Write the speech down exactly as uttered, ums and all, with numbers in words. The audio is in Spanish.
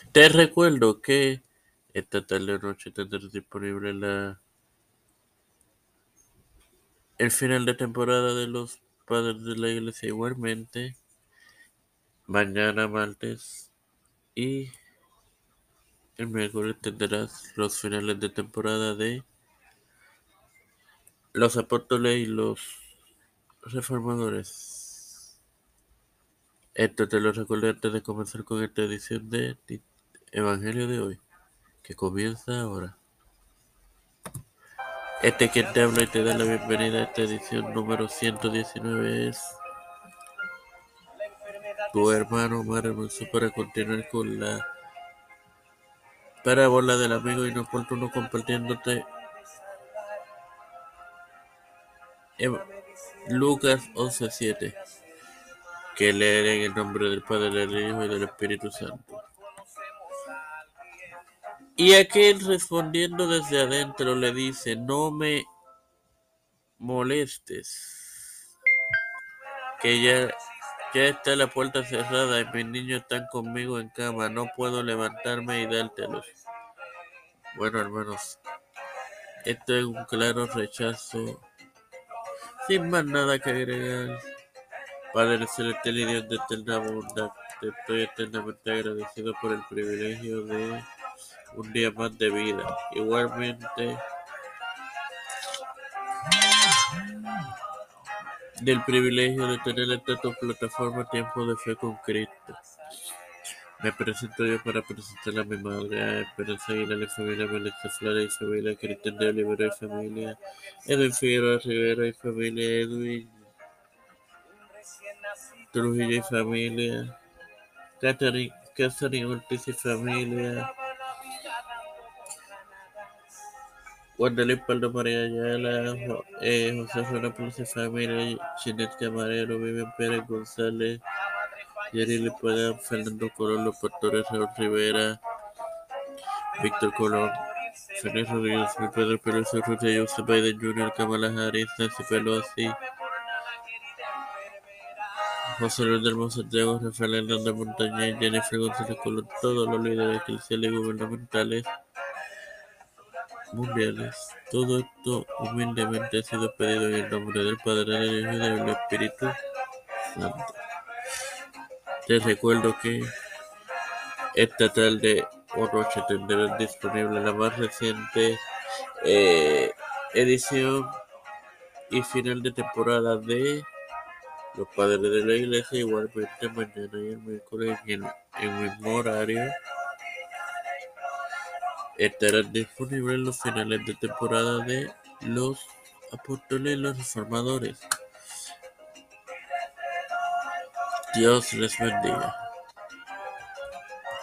Te recuerdo que esta tarde o noche tendrás disponible la, el final de temporada de los Padres de la Iglesia igualmente, mañana martes y el miércoles tendrás los finales de temporada de los Apóstoles y los Reformadores. Esto te lo recuerdo antes de comenzar con esta edición de Evangelio de hoy, que comienza ahora. Este quien te habla y te da la bienvenida a esta edición número ciento diecinueve es tu hermano Omar Alonso para continuar con la parábola del amigo inoportuno compartiéndote Eva- Lucas once siete, que leeré en el nombre del Padre, del Hijo y del Espíritu Santo. Y aquel respondiendo desde adentro le dice: no me molestes, que ya, ya está la puerta cerrada y mis niños están conmigo en cama, no puedo levantarme y dártelos. Bueno, hermanos, esto es un claro rechazo. Sin más nada que agregar, Padre celestial y Dios de eterna bondad, te estoy eternamente agradecido por el privilegio de un día más de vida. Igualmente, del privilegio de tener esta tu plataforma Tiempo de Fe con Cristo. Me presento yo para presentar a mi madre, a Esperanza Aguilar y familia, Melissa Flores y familia, Cristian de Olivero y familia, Edwin Figueroa Rivera y familia, Edwin Trujillo y familia, Catherine, Catherine Ortiz y familia, Guadalupe Paldo María Ayala, Jo- eh, José Juan Plus y familia, Chinet Camarero, Vivian Pérez González, Yerili Pagan, Fernando Colón, los pastores Raúl Rivera, Víctor Colón, Fernando Rodríguez, Pedro Peluso, Rusia, Joseph Biden junior, Kamala Harris, Nancy Pelosi, José Luis del Monte Santiago, Rafael Hernández Montañez, Jennifer González Colón, todos los líderes eclesiales y gubernamentales mundiales. Todo esto humildemente ha sido pedido en el nombre del Padre, del Hijo y del Espíritu Santo. Te recuerdo que esta tarde o noche tendrás disponible la más reciente eh, edición y final de temporada de Los Padres de la Iglesia. Igualmente mañana y el miércoles en el, en el mismo horario estarán disponibles los finales de temporada de Los Apóstoles y los Reformadores. Dios les bendiga.